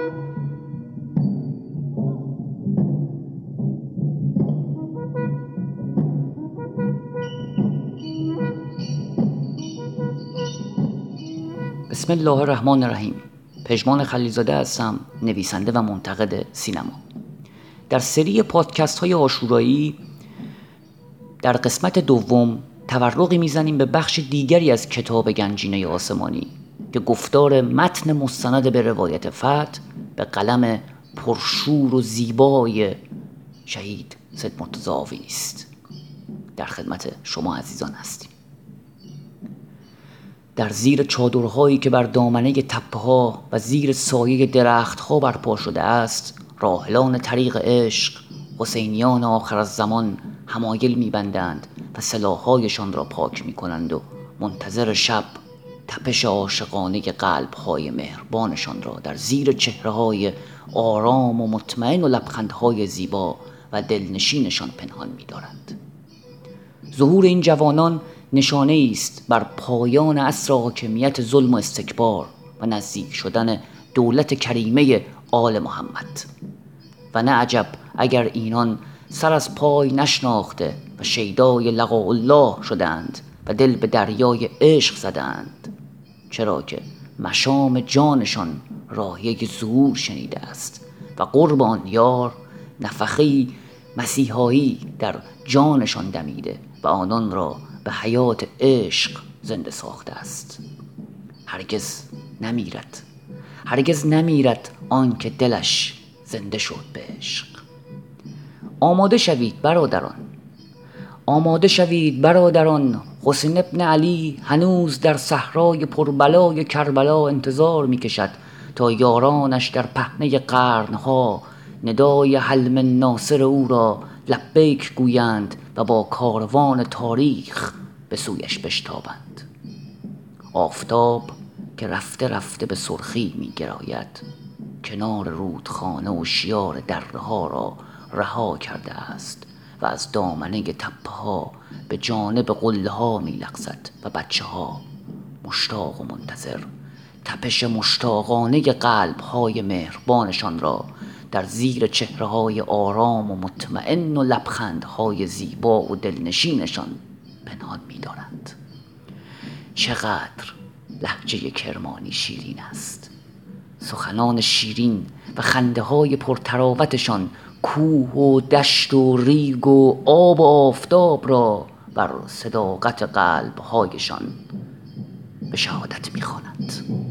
بسم الله الرحمن الرحیم. پژمان خلیلزاده هستم، نویسنده و منتقد سینما. در سری پادکست های عاشورایی در قسمت دوم تورقی میزنیم به بخش دیگری از کتاب گنجینه آسمانی که گفتار متن مستند به روایت فتح به قلم پرشور و زیبای شهید سید مرتضی آوینی است. در خدمت شما عزیزان هستیم. در زیر چادرهایی که بر دامنه تپه‌ها و زیر سایه درخت‌ها برپا شده است، راحلان طریق عشق، حسینیان آخر از زمان حمایل می‌بندند و سلاح‌هایشان را پاک می‌کنند و منتظر شب تپش عاشقانه قلب‌های مهربانشان را در زیر چهره‌های آرام و مطمئن و لبخندهای زیبا و دلنشینشان پنهان می‌دارند. ظهور این جوانان نشانه است بر پایان عصر حاکمیت ظلم و استکبار و نزدیک شدن دولت کریمه آل محمد. و نه عجب اگر اینان سر از پای نشناخته و شیدای لقاء الله شدند و دل به دریای عشق زدند، چرا که مشام جانشان راهیه ظهور شنیده است و قرب آن یار نفخه‌ای مسیحایی در جانشان دمیده و آنان را به حیات عشق زنده ساخته است. هرگز نمیرد آن که دلش زنده شد به عشق. آماده شوید برادران، حسین ابن علی هنوز در صحرای پربلای کربلا انتظار میکشد تا یارانش در پهنه قرنها ندای حل من ناصر او را لبیک گویند و با کاروان تاریخ به سویش بشتابند. آفتاب که رفته رفته به سرخی می گراید، کنار رودخانه و شیار دره ها را رها کرده است و از دامنه تپه ها به جانب قله ها می لغزد و بچه ها مشتاق و منتظر تپش مشتاقانه قلب های مهربانشان را در زیر چهره‌های آرام و مطمئن و لبخندهای زیبا و دلنشینشان پنهان می‌دارند. چقدر لهجه کرمانی شیرین است. سخنان شیرین و خنده‌های پرتراوتشان کوه و دشت و ریگ و آب و آفتاب را بر صداقت قلب‌هایشان به شهادت می‌خواند.